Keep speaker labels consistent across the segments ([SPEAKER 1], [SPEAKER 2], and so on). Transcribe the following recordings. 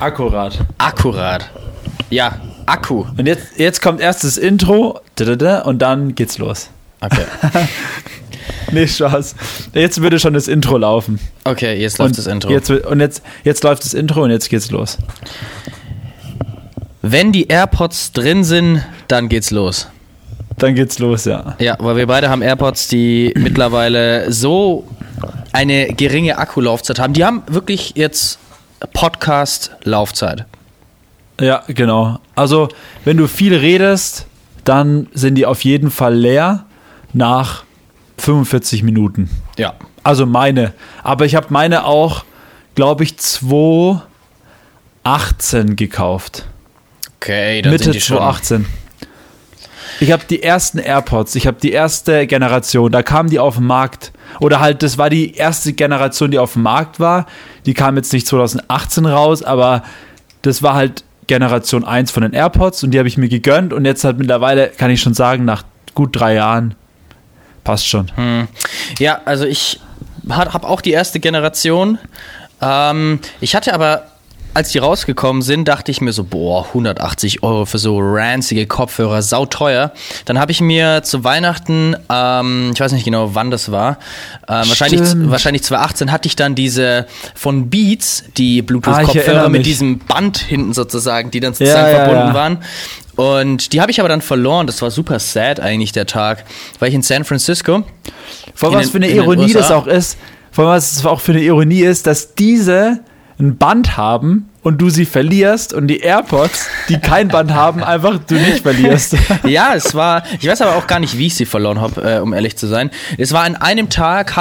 [SPEAKER 1] Akkurat.
[SPEAKER 2] Ja, Akku.
[SPEAKER 1] Und jetzt kommt erst das Intro und dann geht's los.
[SPEAKER 2] Okay.
[SPEAKER 1] Nee, Spaß. Jetzt würde schon das Intro laufen.
[SPEAKER 2] Okay, jetzt läuft das Intro.
[SPEAKER 1] Jetzt läuft das Intro und jetzt geht's los.
[SPEAKER 2] Wenn die AirPods drin sind, dann geht's los.
[SPEAKER 1] Dann geht's los, ja.
[SPEAKER 2] Ja, weil wir beide haben AirPods, die mittlerweile so eine geringe Akkulaufzeit haben. Die haben wirklich jetzt Podcast-Laufzeit.
[SPEAKER 1] Ja, genau. Also, wenn du viel redest, dann sind die auf jeden Fall leer nach 45 Minuten.
[SPEAKER 2] Ja.
[SPEAKER 1] Also meine. Aber ich habe meine auch, glaube ich, 2018 gekauft.
[SPEAKER 2] Okay, dann
[SPEAKER 1] Mitte
[SPEAKER 2] sind die schon
[SPEAKER 1] 2018. Ich habe die ersten AirPods, ich habe die erste Generation, da kamen die auf den Markt. Oder halt, das war die erste Generation, die auf dem Markt war. Die kam jetzt nicht 2018 raus, aber das war halt Generation 1 von den AirPods und die habe ich mir gegönnt und jetzt halt mittlerweile, kann ich schon sagen, nach gut 3 Jahren passt schon.
[SPEAKER 2] Ja, also ich habe auch die erste Generation. Ich hatte aber, als die rausgekommen sind, dachte ich mir so, 180 € für so ranzige Kopfhörer, sauteuer. Dann habe ich mir zu Weihnachten, ich weiß nicht genau, wann das war, wahrscheinlich 2018 hatte ich dann diese von Beats, die Bluetooth-Kopfhörer mit diesem Band hinten sozusagen, die dann sozusagen verbunden waren. Und die habe ich aber dann verloren. Das war super sad eigentlich, der Tag, weil ich in San Francisco.
[SPEAKER 1] Vor was für eine Ironie das auch ist, dass diese ein Band haben und du sie verlierst und die AirPods, die kein Band haben, einfach du nicht verlierst.
[SPEAKER 2] Ja, ich weiß aber auch gar nicht, wie ich sie verloren habe, um ehrlich zu sein. Es war an einem Tag,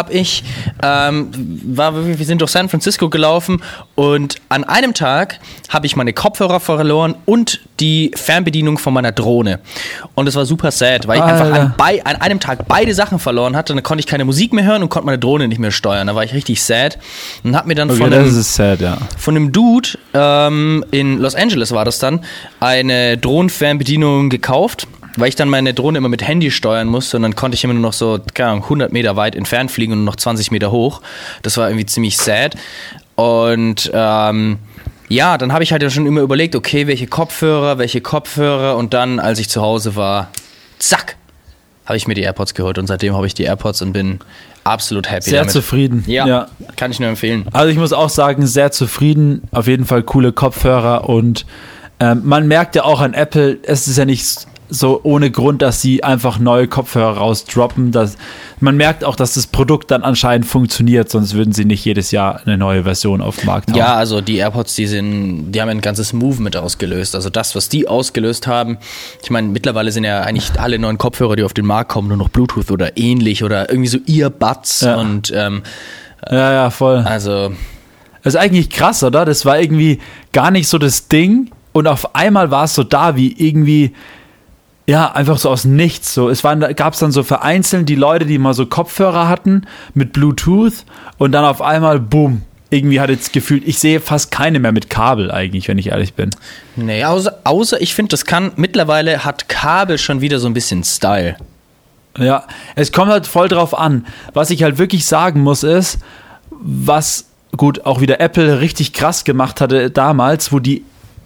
[SPEAKER 2] wir sind durch San Francisco gelaufen und an einem Tag habe ich meine Kopfhörer verloren und die Fernbedienung von meiner Drohne. Und es war super sad, weil ich einfach an einem Tag beide Sachen verloren hatte. Dann konnte ich keine Musik mehr hören und konnte meine Drohne nicht mehr steuern. Da war ich richtig sad und habe mir dann von einem Dude in Los Angeles war das dann, eine Drohnenfernbedienung gekauft, weil ich dann meine Drohne immer mit Handy steuern musste und dann konnte ich immer nur noch so 100 Meter weit entfernt fliegen und nur noch 20 Meter hoch. Das war irgendwie ziemlich sad. Und dann habe ich halt schon immer überlegt, okay, welche Kopfhörer und dann, als ich zu Hause war, zack, habe ich mir die AirPods geholt und seitdem habe ich die AirPods und bin absolut happy damit.
[SPEAKER 1] Sehr zufrieden.
[SPEAKER 2] Ja, kann ich nur empfehlen.
[SPEAKER 1] Also ich muss auch sagen, sehr zufrieden. Auf jeden Fall coole Kopfhörer und man merkt ja auch an Apple, es ist ja nicht so ohne Grund, dass sie einfach neue Kopfhörer rausdroppen. Man merkt auch, dass das Produkt dann anscheinend funktioniert, sonst würden sie nicht jedes Jahr eine neue Version auf den Markt haben.
[SPEAKER 2] Ja, also die AirPods, die haben ein ganzes Movement ausgelöst. Also das, was die ausgelöst haben, ich meine, mittlerweile sind ja eigentlich alle neuen Kopfhörer, die auf den Markt kommen, nur noch Bluetooth oder ähnlich oder irgendwie so Earbuds und
[SPEAKER 1] voll.
[SPEAKER 2] Also
[SPEAKER 1] das ist eigentlich krass, oder? Das war irgendwie gar nicht so das Ding und auf einmal war es so da wie irgendwie einfach so aus nichts. So. Gab es dann so vereinzelt die Leute, die mal so Kopfhörer hatten mit Bluetooth und dann auf einmal, boom, irgendwie hat jetzt gefühlt, ich sehe fast keine mehr mit Kabel eigentlich, wenn ich ehrlich bin.
[SPEAKER 2] Nee, außer ich finde, mittlerweile hat Kabel schon wieder so ein bisschen Style.
[SPEAKER 1] Ja, es kommt halt voll drauf an. Was ich halt wirklich sagen muss ist, was gut auch wieder Apple richtig krass gemacht hatte damals, wo die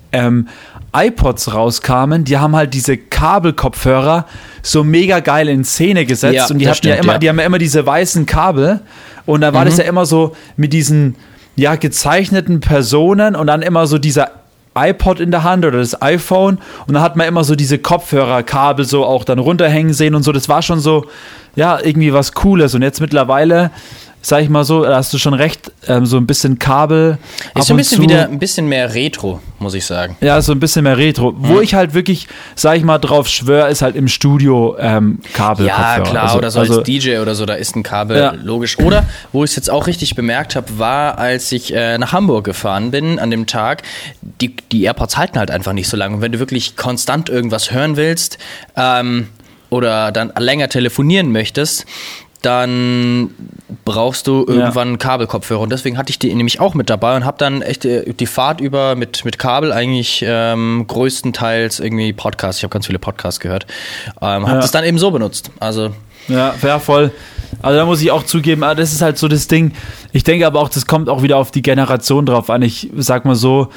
[SPEAKER 1] iPods rauskamen, die haben halt diese Kabelkopfhörer so mega geil in Szene gesetzt und die hatten die haben ja immer diese weißen Kabel und da war das ja immer so mit diesen gezeichneten Personen und dann immer so dieser iPod in der Hand oder das iPhone und dann hat man immer so diese Kopfhörerkabel so auch dann runterhängen sehen und so, das war schon so, irgendwie was Cooles und jetzt mittlerweile sag ich mal so, da hast du schon recht, so ein bisschen Kabel.
[SPEAKER 2] Ist so ein bisschen wieder ein bisschen mehr Retro, muss ich sagen.
[SPEAKER 1] Ja, so ein bisschen mehr Retro. Wo ich halt wirklich, sag ich mal, drauf schwöre, ist halt im Studio Kabel.
[SPEAKER 2] Ja, klar, oder so als DJ oder so, da ist ein Kabel, logisch. Oder, wo ich es jetzt auch richtig bemerkt habe, war, als ich nach Hamburg gefahren bin an dem Tag, die AirPods halten halt einfach nicht so lange. Und wenn du wirklich konstant irgendwas hören willst oder dann länger telefonieren möchtest, dann brauchst du irgendwann Kabelkopfhörer. Und deswegen hatte ich die nämlich auch mit dabei und habe dann echt die Fahrt über mit Kabel eigentlich größtenteils irgendwie Podcasts. Ich habe ganz viele Podcasts gehört. Habe das dann eben so benutzt. Also
[SPEAKER 1] ja, voll. Also da muss ich auch zugeben, das ist halt so das Ding. Ich denke aber auch, das kommt auch wieder auf die Generation drauf an. Ich sag mal so,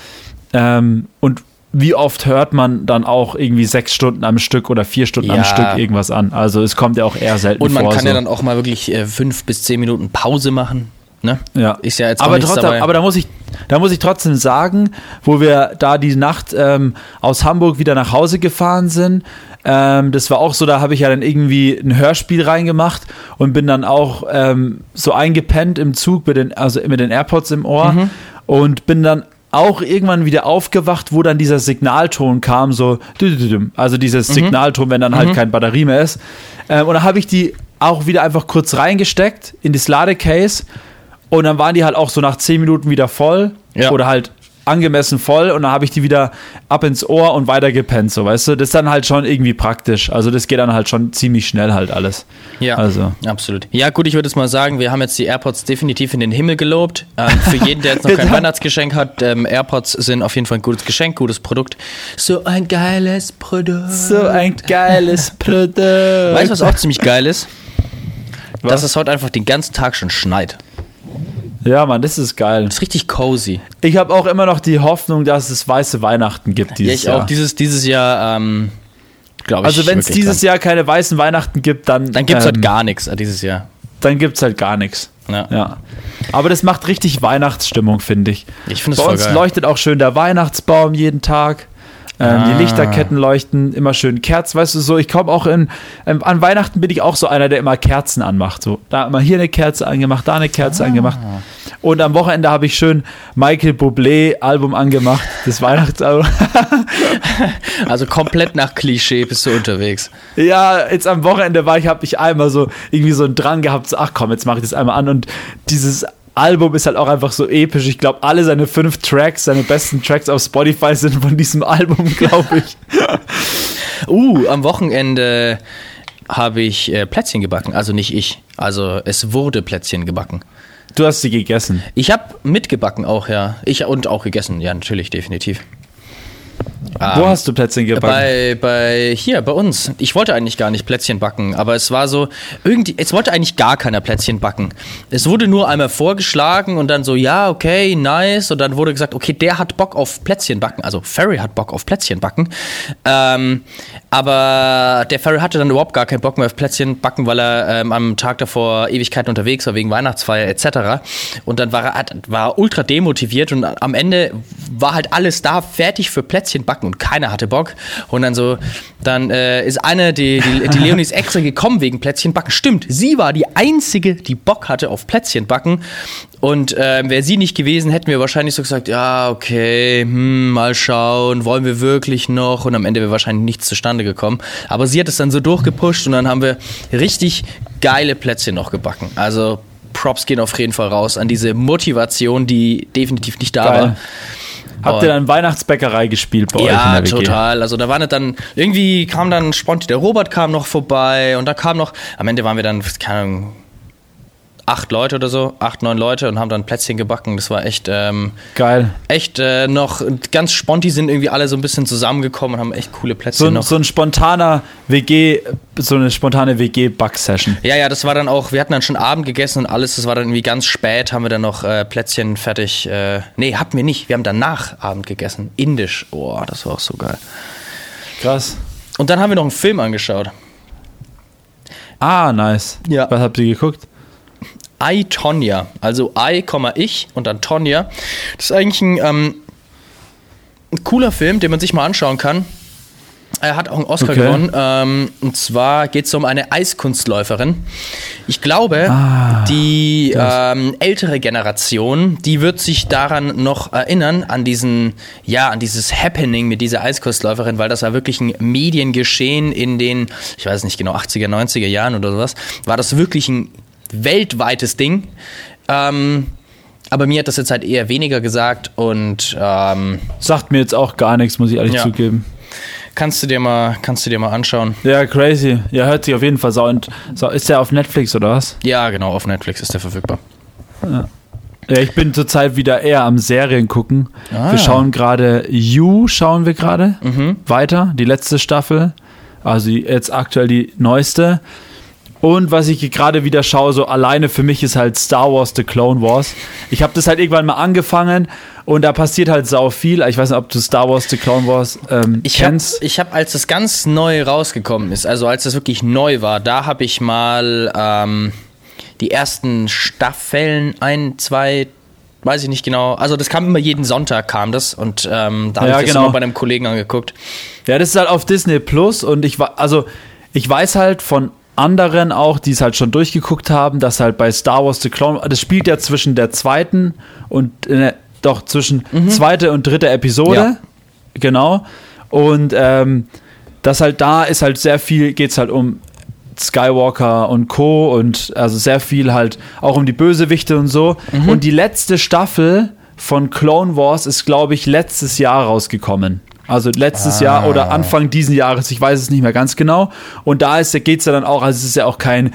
[SPEAKER 1] Und wie oft hört man dann auch irgendwie 6 Stunden am Stück oder 4 Stunden am Stück irgendwas an? Also es kommt ja auch eher selten vor.
[SPEAKER 2] Und man kann ja dann auch mal wirklich 5 bis 10 Minuten Pause machen. Ne?
[SPEAKER 1] Ja.
[SPEAKER 2] Ist ja jetzt auch nichts dabei.
[SPEAKER 1] Aber da muss ich trotzdem sagen, wo wir da die Nacht aus Hamburg wieder nach Hause gefahren sind, das war auch so, da habe ich ja dann irgendwie ein Hörspiel reingemacht und bin dann auch so eingepennt im Zug mit den AirPods im Ohr und bin dann auch irgendwann wieder aufgewacht, wo dann dieser Signalton kam, so, also dieses Signalton, wenn dann halt kein Batterie mehr ist. Und dann habe ich die auch wieder einfach kurz reingesteckt in das Ladecase und dann waren die halt auch so nach 10 Minuten wieder voll oder halt angemessen voll und dann habe ich die wieder ab ins Ohr und weiter gepennt, so, weißt du, das ist dann halt schon irgendwie praktisch, also das geht dann halt schon ziemlich schnell halt alles.
[SPEAKER 2] Ja,
[SPEAKER 1] also.
[SPEAKER 2] Absolut. Ja gut, ich würde es mal sagen, wir haben jetzt die AirPods definitiv in den Himmel gelobt. Für jeden, der jetzt noch kein Weihnachtsgeschenk hat, AirPods sind auf jeden Fall ein gutes Geschenk, gutes Produkt. So ein geiles Produkt. Weißt du, was auch ziemlich geil ist?
[SPEAKER 1] Was?
[SPEAKER 2] Dass es heute einfach den ganzen Tag schon schneit.
[SPEAKER 1] Ja, Mann, das ist geil.
[SPEAKER 2] Das ist richtig cozy.
[SPEAKER 1] Ich habe auch immer noch die Hoffnung, dass es weiße Weihnachten gibt dieses Jahr.
[SPEAKER 2] Ja, ich auch. Dieses Jahr, glaube ich.
[SPEAKER 1] Also wenn es dieses Jahr keine weißen Weihnachten gibt, dann
[SPEAKER 2] gibt es halt gar nichts dieses Jahr.
[SPEAKER 1] Dann gibt es halt gar nichts. Ja. Aber das macht richtig Weihnachtsstimmung, finde ich.
[SPEAKER 2] Ich finde es voll geil.
[SPEAKER 1] Bei uns leuchtet auch schön der Weihnachtsbaum jeden Tag. Die Lichterketten leuchten, immer schön Kerzen, weißt du, so, ich komme auch an Weihnachten bin ich auch so einer, der immer Kerzen anmacht, so, da immer hier eine Kerze angemacht, da eine Kerze angemacht und am Wochenende habe ich schön Michael Bublé Album angemacht, das Weihnachtsalbum.
[SPEAKER 2] Also komplett nach Klischee bist du unterwegs.
[SPEAKER 1] Ja, jetzt am Wochenende habe ich einmal so irgendwie so einen Drang gehabt, so, ach komm, jetzt mache ich das einmal an und dieses Album ist halt auch einfach so episch. Ich glaube, alle seine 5 Tracks, seine besten Tracks auf Spotify sind von diesem Album, glaube ich.
[SPEAKER 2] Am Wochenende habe ich Plätzchen gebacken. Also nicht ich. Also es wurde Plätzchen gebacken.
[SPEAKER 1] Du hast sie gegessen?
[SPEAKER 2] Ich habe mitgebacken auch, ja. Und auch gegessen, ja, natürlich, definitiv.
[SPEAKER 1] Wo hast du Plätzchen gebacken?
[SPEAKER 2] Bei uns. Ich wollte eigentlich gar nicht Plätzchen backen, aber es war so, es wollte eigentlich gar keiner Plätzchen backen. Es wurde nur einmal vorgeschlagen und dann so, ja, okay, nice. Und dann wurde gesagt, okay, der hat Bock auf Plätzchen backen. Also Ferry hat Bock auf Plätzchen backen. Aber der Ferry hatte dann überhaupt gar keinen Bock mehr auf Plätzchen backen, weil er am Tag davor Ewigkeiten unterwegs war, wegen Weihnachtsfeier etc. Und dann war er ultra demotiviert und am Ende war halt alles da, fertig für Plätzchen backen und keiner hatte Bock. Und dann ist die Leonie ist extra gekommen wegen Plätzchen backen. Stimmt, sie war die Einzige, die Bock hatte auf Plätzchen backen. Und wäre sie nicht gewesen, hätten wir wahrscheinlich so gesagt, ja, okay, mal schauen, wollen wir wirklich noch? Und am Ende wäre wahrscheinlich nichts zustande gekommen. Aber sie hat es dann so durchgepusht und dann haben wir richtig geile Plätzchen noch gebacken. Also Props gehen auf jeden Fall raus an diese Motivation, die definitiv nicht da war.
[SPEAKER 1] Habt ihr dann Weihnachtsbäckerei gespielt bei euch in der WG? Ja,
[SPEAKER 2] total. Also da waren dann, irgendwie kam dann spontan, der Robert kam noch vorbei und da kam noch, am Ende waren wir dann, keine Ahnung, 8 Leute oder so, 8, 9 Leute und haben dann Plätzchen gebacken. Das war echt
[SPEAKER 1] geil.
[SPEAKER 2] Echt noch ganz sponti sind irgendwie alle so ein bisschen zusammengekommen und haben echt coole Plätzchen noch.
[SPEAKER 1] So eine spontane WG-Back-Session.
[SPEAKER 2] Ja, das war dann auch, wir hatten dann schon Abend gegessen und alles, das war dann irgendwie ganz spät, haben wir dann noch Plätzchen fertig. Hatten wir nicht, wir haben danach Abend gegessen. Indisch, das war auch so geil.
[SPEAKER 1] Krass.
[SPEAKER 2] Und dann haben wir noch einen Film angeschaut.
[SPEAKER 1] Ah, nice.
[SPEAKER 2] Ja.
[SPEAKER 1] Was habt ihr geguckt?
[SPEAKER 2] I, Tonya, also I, ich und dann Tonya. Das ist eigentlich ein cooler Film, den man sich mal anschauen kann. Er hat auch einen Oscar gewonnen. Und zwar geht es um eine Eiskunstläuferin. Ich glaube, die ältere Generation, die wird sich daran noch erinnern, an dieses Happening mit dieser Eiskunstläuferin, weil das war wirklich ein Mediengeschehen in den, ich weiß nicht genau, 80er, 90er Jahren oder sowas. War das wirklich ein weltweites Ding. Aber mir hat das jetzt halt eher weniger gesagt und
[SPEAKER 1] sagt mir jetzt auch gar nichts, muss ich ehrlich zugeben.
[SPEAKER 2] Kannst du dir mal anschauen.
[SPEAKER 1] Ja, crazy. Ja, hört sich auf jeden Fall ist der auf Netflix oder was?
[SPEAKER 2] Ja, genau, auf Netflix ist der verfügbar.
[SPEAKER 1] Ja, ich bin zurzeit wieder eher am Serien gucken. Wir schauen gerade weiter, die letzte Staffel. Also jetzt aktuell die neueste. Und was ich gerade wieder schaue, so alleine für mich ist halt Star Wars The Clone Wars. Ich habe das halt irgendwann mal angefangen und da passiert halt sau viel. Ich weiß nicht, ob du Star Wars The Clone Wars kennst.
[SPEAKER 2] Ich habe, als das ganz neu rausgekommen ist, also als das wirklich neu war, da habe ich mal die ersten Staffeln, 1, 2, weiß ich nicht genau. Also das kam immer jeden Sonntag kam das und da habe ich das immer bei einem Kollegen angeguckt.
[SPEAKER 1] Ja, das ist halt auf Disney Plus und ich weiß halt von anderen auch, die es halt schon durchgeguckt haben, dass halt bei Star Wars The Clone, das spielt ja zwischen der zweiten und zwischen zweite und dritte Episode, ja. Genau. Und das halt da ist halt sehr viel, geht's halt um Skywalker und Co. und also sehr viel halt auch um die Bösewichte und so. Und die letzte Staffel von Clone Wars ist, glaube ich, letztes Jahr rausgekommen. Also letztes Jahr oder Anfang diesen Jahres, ich weiß es nicht mehr ganz genau. Und da geht es ja dann auch, also es ist ja auch kein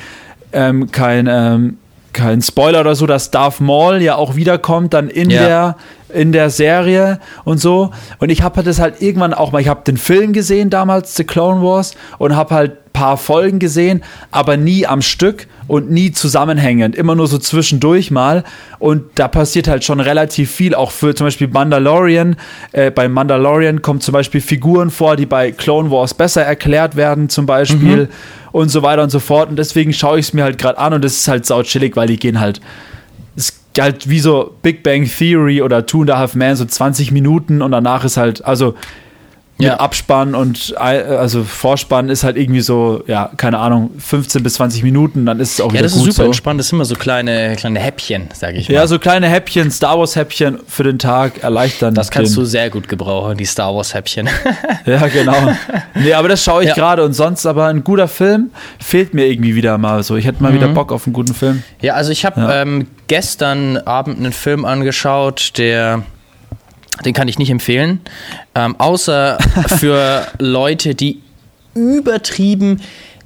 [SPEAKER 1] Spoiler oder so, dass Darth Maul ja auch wiederkommt dann in der Serie und so. Und ich habe das halt irgendwann auch mal, ich habe den Film gesehen damals, The Clone Wars, und habe halt ein paar Folgen gesehen, aber nie am Stück und nie zusammenhängend, immer nur so zwischendurch mal. Und da passiert halt schon relativ viel, auch für zum Beispiel Mandalorian. Bei Mandalorian kommen zum Beispiel Figuren vor, die bei Clone Wars besser erklärt werden zum Beispiel und so weiter und so fort. Und deswegen schaue ich es mir halt gerade an und es ist halt sau chillig, weil die gehen halt, halt wie so Big Bang Theory oder Two and a Half Men, so 20 Minuten und danach ist halt, also mit Abspann und also Vorspann ist halt irgendwie so, ja, keine Ahnung, 15 bis 20 Minuten, dann ist es auch wieder gut. Ja, das ist super
[SPEAKER 2] entspannt, das sind immer so kleine Häppchen, sag ich mal.
[SPEAKER 1] Ja, so kleine Häppchen, Star Wars Häppchen für den Tag erleichtern.
[SPEAKER 2] Das kannst du sehr gut gebrauchen, die Star Wars Häppchen.
[SPEAKER 1] Ja, genau. Nee, aber das schaue ich gerade und sonst aber ein guter Film fehlt mir irgendwie wieder mal so. Ich hätte mal wieder Bock auf einen guten Film.
[SPEAKER 2] Ja, also ich habe gestern Abend einen Film angeschaut, den kann ich nicht empfehlen, außer für Leute, die übertrieben,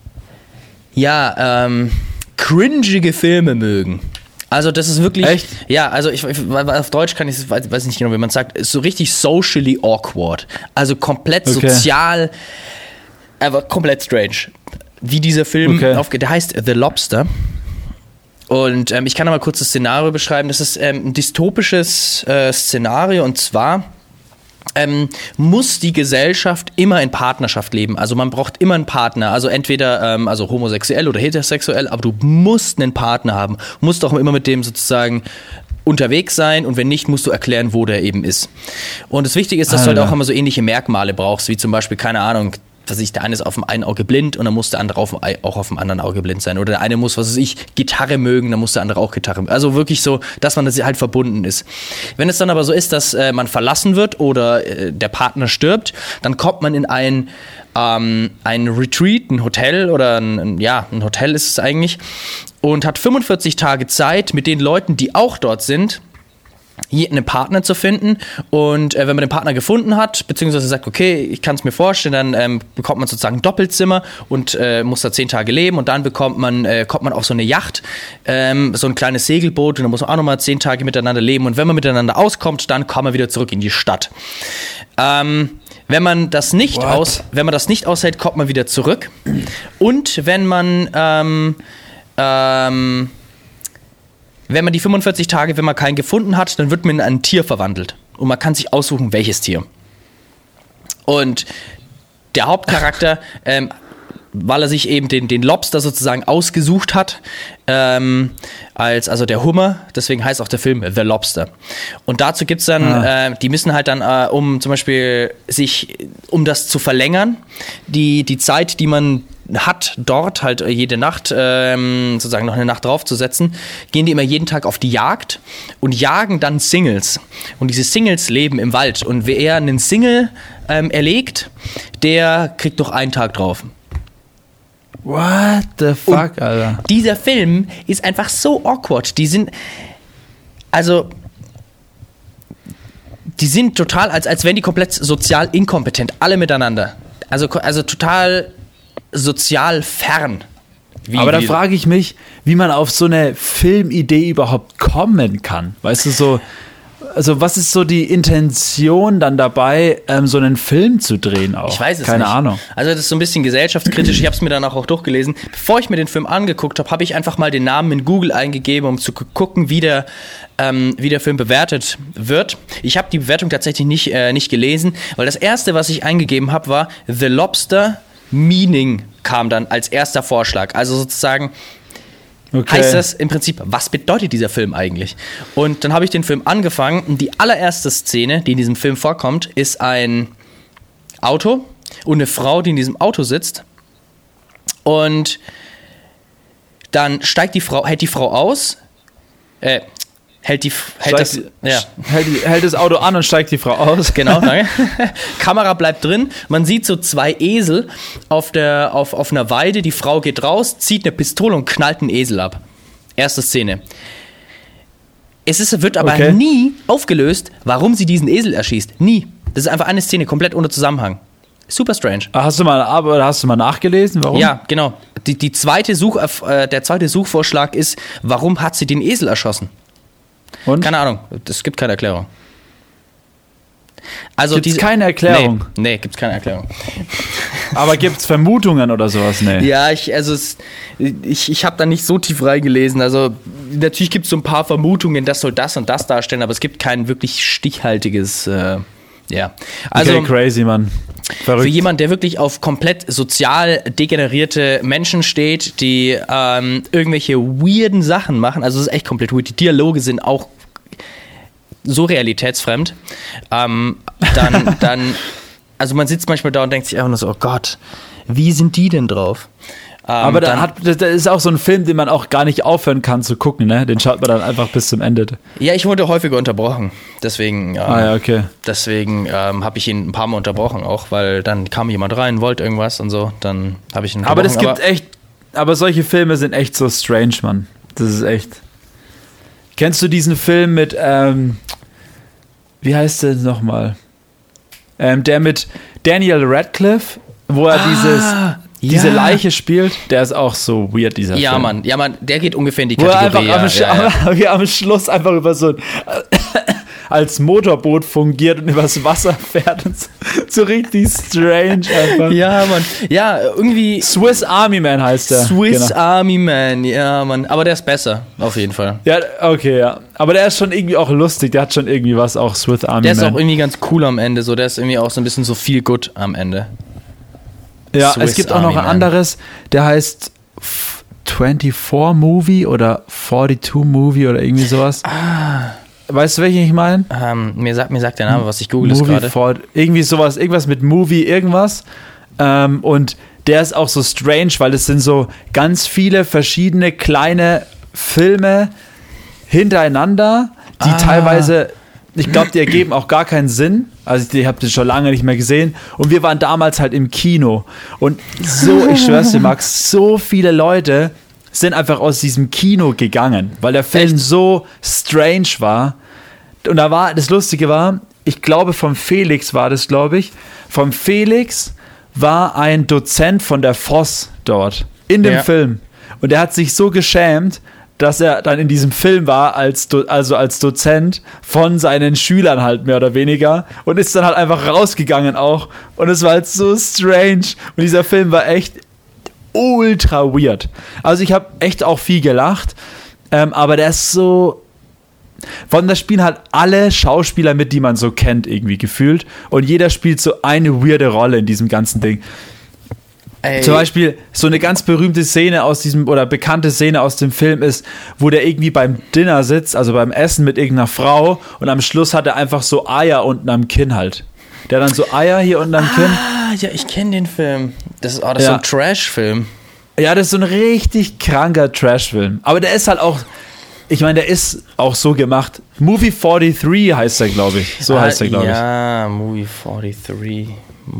[SPEAKER 2] cringige Filme mögen. Also das ist wirklich, echt? Ja, also auf Deutsch kann ich, weiß nicht genau, wie man sagt, ist so richtig socially awkward. Also komplett sozial, aber komplett strange. Wie dieser Film der heißt The Lobster. Und ich kann aber kurz das Szenario beschreiben. Das ist ein dystopisches Szenario und zwar muss die Gesellschaft immer in Partnerschaft leben. Also man braucht immer einen Partner. Also entweder also homosexuell oder heterosexuell, aber du musst einen Partner haben. Du musst auch immer mit dem sozusagen unterwegs sein und wenn nicht, musst du erklären, wo der eben ist. Und das Wichtige ist, dass du halt auch immer so ähnliche Merkmale brauchst, wie zum Beispiel, keine Ahnung, der eine ist auf dem einen Auge blind und dann muss der andere auch auf dem anderen Auge blind sein. Oder der eine muss, Gitarre mögen, dann muss der andere auch Gitarre mögen. Also wirklich so, dass man das halt verbunden ist. Wenn es dann aber so ist, dass man verlassen wird oder der Partner stirbt, dann kommt man in ein Retreat, ein Hotel oder ein Hotel ist es eigentlich und hat 45 Tage Zeit mit den Leuten, die auch dort sind, einen Partner zu finden und wenn man den Partner gefunden hat, beziehungsweise sagt, okay, ich kann es mir vorstellen, dann bekommt man sozusagen ein Doppelzimmer und muss da 10 Tage leben und dann kommt man auf so eine Yacht, so ein kleines Segelboot und dann muss man auch nochmal 10 Tage miteinander leben und wenn man miteinander auskommt, dann kommt man wieder zurück in die Stadt. Wenn man das nicht aushält, kommt man wieder zurück und wenn man die 45 Tage, wenn man keinen gefunden hat, dann wird man in ein Tier verwandelt. Und man kann sich aussuchen, welches Tier. Und der Hauptcharakter, weil er sich eben den Lobster sozusagen ausgesucht hat, also der Hummer, deswegen heißt auch der Film The Lobster. Und dazu gibt es dann, die müssen halt dann, um zum Beispiel um das zu verlängern, die Zeit, die man hat dort halt jede Nacht sozusagen noch eine Nacht draufzusetzen, gehen die immer jeden Tag auf die Jagd und jagen dann Singles. Und diese Singles leben im Wald. Und wer einen Single erlegt, der kriegt noch einen Tag drauf.
[SPEAKER 1] What the fuck, und Alter?
[SPEAKER 2] Dieser Film ist einfach so awkward. Die sind total, als wären die komplett sozial inkompetent, alle miteinander. Also total sozial fern.
[SPEAKER 1] Aber da frage ich mich, wie man auf so eine Filmidee überhaupt kommen kann. Weißt du, so also was ist so die Intention dann dabei, so einen Film zu drehen auch?
[SPEAKER 2] Ich weiß es
[SPEAKER 1] Keine
[SPEAKER 2] nicht.
[SPEAKER 1] Ahnung.
[SPEAKER 2] Also das ist so ein bisschen gesellschaftskritisch. Ich habe es mir danach auch durchgelesen. Bevor ich mir den Film angeguckt habe, habe ich einfach mal den Namen in Google eingegeben, um zu gucken, wie der Film bewertet wird. Ich habe die Bewertung tatsächlich nicht gelesen, weil das erste, was ich eingegeben habe, war The Lobster Meaning kam dann als erster Vorschlag. Also sozusagen heißt das im Prinzip, was bedeutet dieser Film eigentlich? Und dann habe ich den Film angefangen und die allererste Szene, die in diesem Film vorkommt, ist ein Auto und eine Frau, die in diesem Auto sitzt. Und dann hält die Frau aus, hält
[SPEAKER 1] das Auto an und steigt die Frau aus.
[SPEAKER 2] Genau, danke. Kamera bleibt drin. Man sieht so 2 Esel auf einer Weide. Die Frau geht raus, zieht eine Pistole und knallt einen Esel ab. Erste Szene. Wird aber nie aufgelöst, warum sie diesen Esel erschießt. Nie. Das ist einfach eine Szene, komplett ohne Zusammenhang. Super strange.
[SPEAKER 1] Hast du mal nachgelesen, warum?
[SPEAKER 2] Ja, genau. Der zweite Suchvorschlag ist, warum hat sie den Esel erschossen? Und? Keine Ahnung, es gibt keine Erklärung. Also
[SPEAKER 1] gibt's keine Erklärung?
[SPEAKER 2] Nee, gibt's keine Erklärung.
[SPEAKER 1] Aber gibt's Vermutungen oder sowas? Nee.
[SPEAKER 2] Ja, ich habe da nicht so tief reingelesen. Also natürlich gibt es so ein paar Vermutungen, das soll das und das darstellen, aber es gibt kein wirklich stichhaltiges, Also,
[SPEAKER 1] okay, crazy, Mann. Verrückt.
[SPEAKER 2] Für jemanden, der wirklich auf komplett sozial degenerierte Menschen steht, die irgendwelche weirden Sachen machen, also es ist echt komplett weird, die Dialoge sind auch so realitätsfremd, also man sitzt manchmal da und denkt sich einfach nur so, oh Gott, wie sind die denn drauf?
[SPEAKER 1] Aber da ist auch so ein Film, den man auch gar nicht aufhören kann zu gucken, ne? Den schaut man dann einfach bis zum Ende.
[SPEAKER 2] Ja, ich wurde häufiger unterbrochen. Deswegen
[SPEAKER 1] okay.
[SPEAKER 2] Deswegen habe ich ihn ein paar Mal unterbrochen auch, weil dann kam jemand rein, wollte irgendwas und so, dann habe ich ihn unterbrochen.
[SPEAKER 1] Aber solche Filme sind echt so strange, Mann. Das ist echt. Kennst du diesen Film mit, wie heißt der nochmal? Der mit Daniel Radcliffe, wo er diese Leiche spielt, der ist auch so weird, dieser Film.
[SPEAKER 2] Mann, der geht ungefähr in die Kategorie.
[SPEAKER 1] Wo er am Schluss einfach über so als Motorboot fungiert und übers Wasser fährt und so richtig strange einfach.
[SPEAKER 2] Ja, Mann. Ja, irgendwie...
[SPEAKER 1] Swiss Army Man heißt der.
[SPEAKER 2] Army Man, ja, Mann. Aber der ist besser, auf jeden Fall.
[SPEAKER 1] Ja, okay, ja. Aber der ist schon irgendwie auch lustig, der hat schon irgendwie was, auch Swiss Army Man.
[SPEAKER 2] Der ist auch irgendwie ganz cool am Ende, so. Der ist irgendwie auch so ein bisschen so feel good am Ende.
[SPEAKER 1] Ja, es gibt auch noch ein anderes, der heißt 24 Movie oder 42 Movie oder irgendwie sowas. Weißt du, welchen ich meine?
[SPEAKER 2] Mir sagt der Name, was ich google es gerade.
[SPEAKER 1] Irgendwie sowas, irgendwas mit Movie, irgendwas. Und der ist auch so strange, weil es sind so ganz viele verschiedene kleine Filme hintereinander, die teilweise... Ich glaube, die ergeben auch gar keinen Sinn. Also ich habe den schon lange nicht mehr gesehen. Und wir waren damals halt im Kino. Und so, ich schwör's dir, Max, so viele Leute sind einfach aus diesem Kino gegangen, weil der Film so strange war. Und das Lustige war, ich glaube vom Felix war das, vom Felix war ein Dozent von der Voss dort in dem Film. Und der hat sich so geschämt, dass er dann in diesem Film war als Dozent von seinen Schülern halt mehr oder weniger und ist dann halt einfach rausgegangen auch und es war halt so strange und dieser Film war echt ultra weird. Also ich habe echt auch viel gelacht, aber der ist so... Da spielen halt alle Schauspieler mit, die man so kennt irgendwie gefühlt und jeder spielt so eine weirde Rolle in diesem ganzen Ding. Ey. Zum Beispiel so eine ganz berühmte Szene bekannte Szene aus dem Film ist, wo der irgendwie beim Dinner sitzt, also beim Essen mit irgendeiner Frau und am Schluss hat er einfach so Eier unten am Kinn halt. Der hat dann so Eier hier unten am Kinn.
[SPEAKER 2] Ja, ich kenne den Film. Das ist so ein Trash-Film.
[SPEAKER 1] Ja, das ist so ein richtig kranker Trash-Film. Aber der ist halt auch, ich meine, der ist auch so gemacht. Movie 43 heißt der, glaube ich. So heißt der, glaube ich.
[SPEAKER 2] Ja, Movie 43.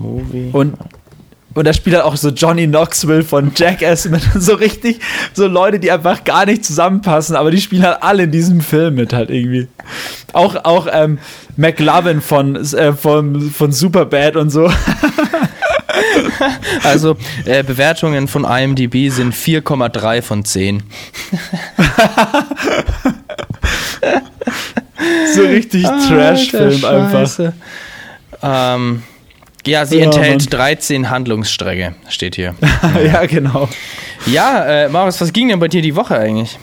[SPEAKER 1] Und da spielt halt auch so Johnny Knoxville von Jackass mit so richtig, so Leute, die einfach gar nicht zusammenpassen, aber die spielen halt alle in diesem Film mit halt irgendwie. Auch McLovin von Superbad und so.
[SPEAKER 2] Also Bewertungen von IMDb sind 4,3 von 10.
[SPEAKER 1] So richtig Trash-Film einfach.
[SPEAKER 2] Ja, sie enthält 13 Handlungsstränge, steht hier.
[SPEAKER 1] Ja, genau.
[SPEAKER 2] Ja, Marius, was ging denn bei dir die Woche eigentlich?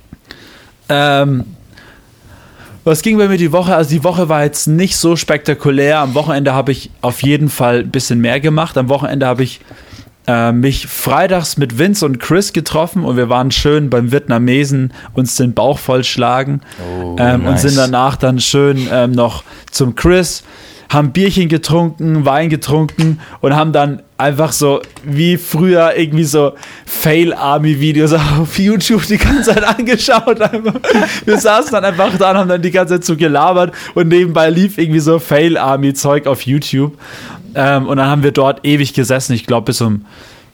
[SPEAKER 1] Was ging bei mir die Woche? Also die Woche war jetzt nicht so spektakulär. Am Wochenende habe ich auf jeden Fall ein bisschen mehr gemacht. Am Wochenende habe ich mich freitags mit Vince und Chris getroffen und wir waren schön beim Vietnamesen, uns den Bauch vollschlagen nice. Und sind danach dann schön noch zum Chris, haben Bierchen getrunken, Wein getrunken und haben dann einfach so wie früher irgendwie so Fail-Army-Videos auf YouTube die ganze Zeit angeschaut. Einfach. Wir saßen dann einfach da und haben dann die ganze Zeit so gelabert und nebenbei lief irgendwie so Fail-Army-Zeug auf YouTube. Und dann haben wir dort ewig gesessen, ich glaube bis um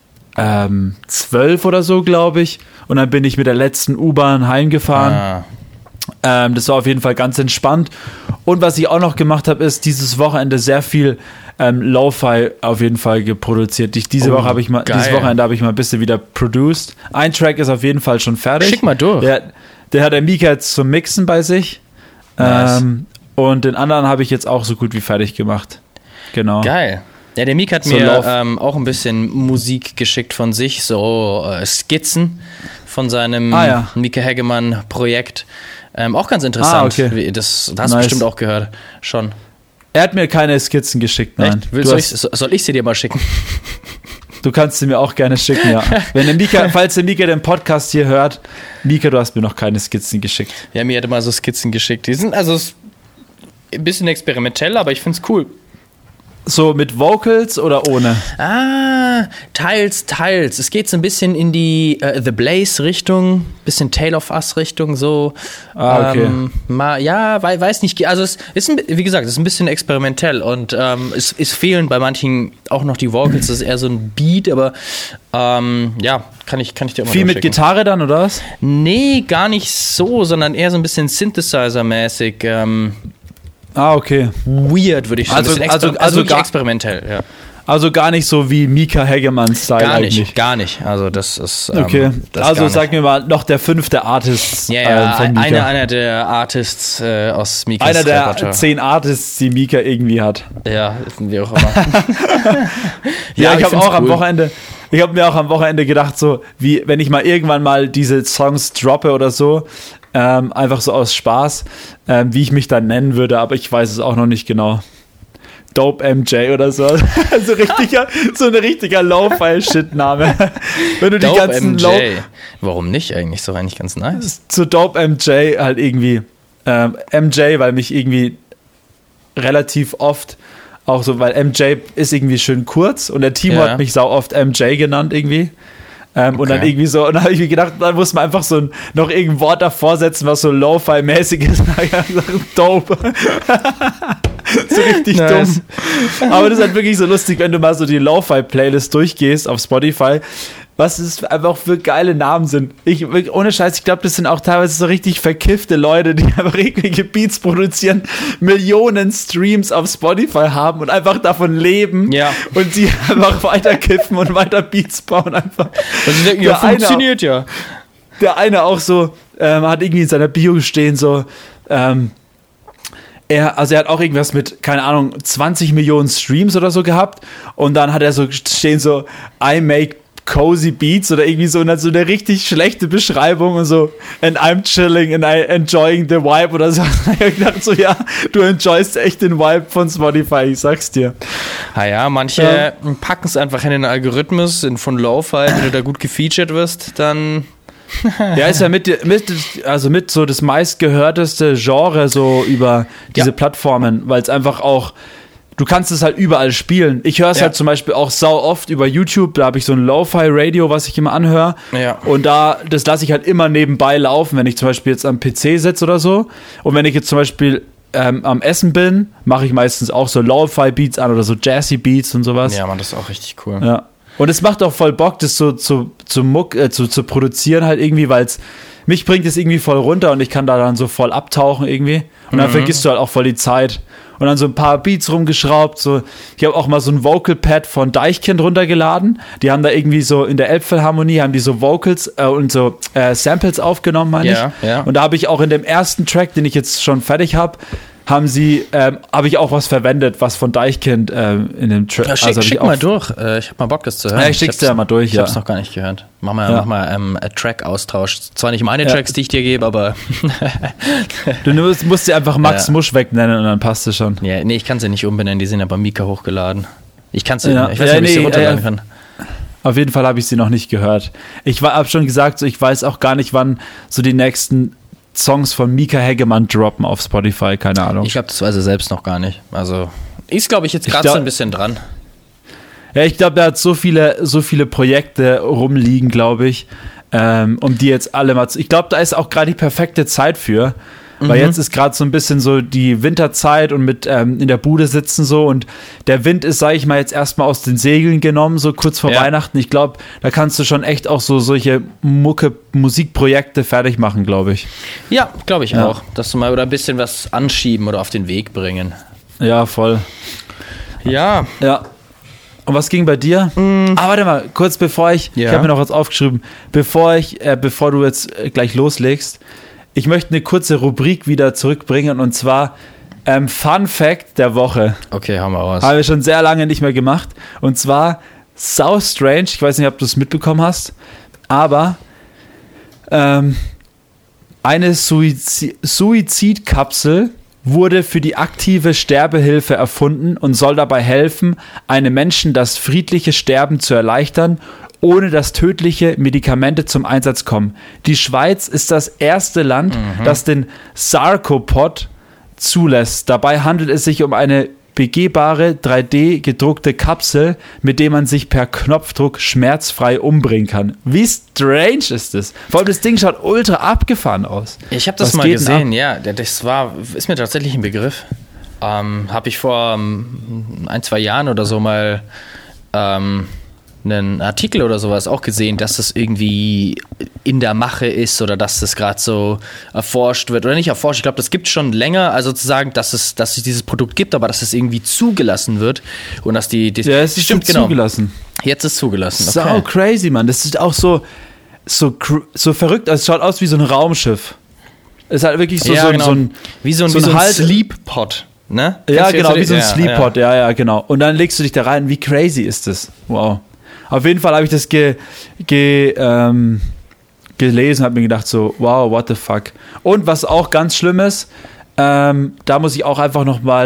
[SPEAKER 1] 12 oder so, glaube ich. Und dann bin ich mit der letzten U-Bahn heimgefahren. Das war auf jeden Fall ganz entspannt. Und was ich auch noch gemacht habe, ist dieses Wochenende sehr viel Lo-Fi auf jeden Fall geproduziert. Dieses Wochenende habe ich mal ein bisschen wieder produced. Ein Track ist auf jeden Fall schon fertig.
[SPEAKER 2] Schick mal durch.
[SPEAKER 1] Der hat der Mika jetzt zum Mixen bei sich. Nice. Und den anderen habe ich jetzt auch so gut wie fertig gemacht. Genau.
[SPEAKER 2] Geil. Ja, der Mika hat mir auch ein bisschen Musik geschickt von sich, so Skizzen von seinem Mika Hegemann-Projekt. Auch ganz interessant.
[SPEAKER 1] Okay.
[SPEAKER 2] Das hast du bestimmt auch gehört. Schon.
[SPEAKER 1] Er hat mir keine Skizzen geschickt, nein.
[SPEAKER 2] Soll ich sie dir mal schicken?
[SPEAKER 1] Du kannst sie mir auch gerne schicken, ja. Falls der Mika den Podcast hier hört, Mika, du hast mir noch keine Skizzen geschickt.
[SPEAKER 2] Ja, mir hätte mal so Skizzen geschickt. Die sind also ein bisschen experimentell, aber ich finde es cool.
[SPEAKER 1] So mit Vocals oder ohne?
[SPEAKER 2] Teils. Es geht so ein bisschen in die The Blaze-Richtung, bisschen Tale of Us-Richtung, so.
[SPEAKER 1] Okay.
[SPEAKER 2] Weiß nicht. Also es ist, wie gesagt, es ist ein bisschen experimentell und es fehlen bei manchen auch noch die Vocals. Das ist eher so ein Beat, aber kann ich dir auch mal
[SPEAKER 1] viel mit Gitarre dann, oder was?
[SPEAKER 2] Nee, gar nicht so, sondern eher so ein bisschen Synthesizer-mäßig.
[SPEAKER 1] Okay.
[SPEAKER 2] Weird, würde ich sagen. Also experimentell, ja.
[SPEAKER 1] Also gar nicht so wie Mika Hegemann-Style
[SPEAKER 2] Gar nicht. Also das ist
[SPEAKER 1] okay. Also sag mir mal, noch der 5. Artist von Mika.
[SPEAKER 2] Einer der Artists aus Mikas
[SPEAKER 1] Einer der Repertoire. 10 Artists, die Mika irgendwie hat.
[SPEAKER 2] Ja, wie auch immer.
[SPEAKER 1] Ich habe mir auch am Wochenende gedacht, so wie wenn ich mal irgendwann mal diese Songs droppe oder so, einfach so aus Spaß, wie ich mich dann nennen würde, aber ich weiß es auch noch nicht genau. Dope MJ oder so. So ein richtiger Lo-Fi-Shit-Name. Wenn du die ganzen
[SPEAKER 2] MJ. Warum nicht eigentlich? Ist doch eigentlich ganz nice.
[SPEAKER 1] So Dope MJ halt irgendwie. MJ, weil mich irgendwie relativ oft auch so, weil MJ ist irgendwie schön kurz und der Timo hat mich sau oft MJ genannt irgendwie. Und dann irgendwie so, und dann habe ich mir gedacht, dann muss man einfach so noch irgendein Wort davor setzen, was so Lo-Fi-mäßig ist. Und dann habe ich gesagt, dope. So richtig dumm. Aber das ist halt wirklich so lustig, wenn du mal so die Lo-Fi-Playlist durchgehst auf Spotify, was es einfach für geile Namen sind. Ohne Scheiß, ich glaube, das sind auch teilweise so richtig verkiffte Leute, die einfach irgendwelche Beats produzieren, Millionen Streams auf Spotify haben und einfach davon leben und die einfach weiter kiffen und weiter Beats bauen einfach.
[SPEAKER 2] Also denken, funktioniert ja.
[SPEAKER 1] Der eine auch so, hat irgendwie in seiner Bio stehen so, er hat auch irgendwas mit, keine Ahnung, 20 Millionen Streams oder so gehabt und dann hat er so stehen so, I make cozy beats oder irgendwie so und hat so eine richtig schlechte Beschreibung und so and I'm chilling and I enjoying the vibe oder so. Ich hab gedacht so, ja, du enjoyst echt den Vibe von Spotify, ich sag's dir.
[SPEAKER 2] Ja, manche packen es einfach in den Algorithmus von Lo-Fi, wenn du da gut gefeatured wirst, dann...
[SPEAKER 1] Ja, ist ja mit so das meistgehörteste Genre so über diese Plattformen, weil es einfach auch, du kannst es halt überall spielen. Ich höre es halt zum Beispiel auch sau oft über YouTube, da habe ich so ein Lo-Fi-Radio, was ich immer anhöre und das lasse ich halt immer nebenbei laufen, wenn ich zum Beispiel jetzt am PC sitze oder so und wenn ich jetzt zum Beispiel am Essen bin, mache ich meistens auch so Lo-Fi-Beats an oder so Jazzy-Beats und sowas.
[SPEAKER 2] Ja, man, das ist auch richtig cool.
[SPEAKER 1] Ja. Und es macht auch voll Bock, das so zu produzieren halt irgendwie, weil mich bringt es irgendwie voll runter und ich kann da dann so voll abtauchen irgendwie. Und dann vergisst du halt auch voll die Zeit. Und dann so ein paar Beats rumgeschraubt. So. Ich habe auch mal so ein Vocal Pad von Deichkind runtergeladen. Die haben da irgendwie so in der Elbphilharmonie haben die so Vocals und so Samples aufgenommen, meine ich. Ja. Und da habe ich auch in dem ersten Track, den ich jetzt schon fertig habe, habe ich auch was verwendet, was von Deichkind in dem Track.
[SPEAKER 2] Ja, schick mal durch. Ich habe mal Bock, das zu hören.
[SPEAKER 1] Ja, ich schick's dir mal durch,
[SPEAKER 2] Ich hab's noch gar nicht gehört. Mach mal Track-Austausch. Zwar nicht meine Tracks, die ich dir gebe, aber
[SPEAKER 1] du musst dir einfach Max Musch wegnennen und dann passt es schon.
[SPEAKER 2] Ja, nee, ich kann sie nicht umbenennen, die sind ja bei Mika hochgeladen. Ich weiß nicht, ob ich sie runterladen kann.
[SPEAKER 1] Auf jeden Fall habe ich sie noch nicht gehört. Ich habe schon gesagt, so, ich weiß auch gar nicht, wann so die nächsten Songs von Mika Hegemann droppen auf Spotify, keine Ahnung.
[SPEAKER 2] Ich glaube, das weiß er selbst noch gar nicht. Also ist, glaube ich, jetzt gerade so ein bisschen dran.
[SPEAKER 1] Ja, ich glaube, er hat so viele Projekte rumliegen, glaube ich, um die jetzt alle mal ich glaube, da ist auch gerade die perfekte Zeit für. Weil jetzt ist gerade so ein bisschen so die Winterzeit und mit in der Bude sitzen so und der Wind ist, sage ich mal, jetzt erstmal aus den Segeln genommen, so kurz vor Weihnachten. Ich glaube, da kannst du schon echt auch so solche Musikprojekte fertig machen, glaube ich.
[SPEAKER 2] Ja, glaube ich auch. Dass du mal oder ein bisschen was anschieben oder auf den Weg bringen.
[SPEAKER 1] Ja, voll.
[SPEAKER 2] Ja.
[SPEAKER 1] Ja. Und was ging bei dir? Warte mal, kurz bevor ich habe mir noch was aufgeschrieben, bevor du jetzt gleich loslegst, ich möchte eine kurze Rubrik wieder zurückbringen und zwar Fun Fact der Woche.
[SPEAKER 2] Okay, haben wir raus.
[SPEAKER 1] Habe ich schon sehr lange nicht mehr gemacht. Und zwar sau strange, ich weiß nicht, ob du es mitbekommen hast, aber eine Suizidkapsel wurde für die aktive Sterbehilfe erfunden und soll dabei helfen, einem Menschen das friedliche Sterben zu erleichtern, ohne dass tödliche Medikamente zum Einsatz kommen. Die Schweiz ist das erste Land, das den Sarcopod zulässt. Dabei handelt es sich um eine begehbare 3D-gedruckte Kapsel, mit der man sich per Knopfdruck schmerzfrei umbringen kann. Wie strange ist das? Vor allem das Ding schaut ultra abgefahren aus.
[SPEAKER 2] Ich habe das mal gesehen, ja. Das ist mir tatsächlich ein Begriff. Habe ich vor 1-2 Jahren oder so mal einen Artikel oder sowas auch gesehen, dass das irgendwie in der Mache ist oder dass das gerade so erforscht wird oder nicht erforscht. Ich glaube, das gibt es schon länger, also sozusagen, dass es dieses Produkt gibt, aber dass es irgendwie zugelassen wird und dass
[SPEAKER 1] es ist stimmt, zugelassen.
[SPEAKER 2] Jetzt ist zugelassen.
[SPEAKER 1] Okay. So crazy, Mann. Das ist auch so verrückt. Also es schaut aus wie so ein Raumschiff. Es ist halt wirklich so,
[SPEAKER 2] wie so ein Sleep-Pod. Ne?
[SPEAKER 1] Ja, genau, wie so ein Sleep-Pod. Ja, genau. Und dann legst du dich da rein. Wie crazy ist das? Wow. Auf jeden Fall habe ich das gelesen und habe mir gedacht so, wow, what the fuck. Und was auch ganz schlimm ist, da muss ich auch einfach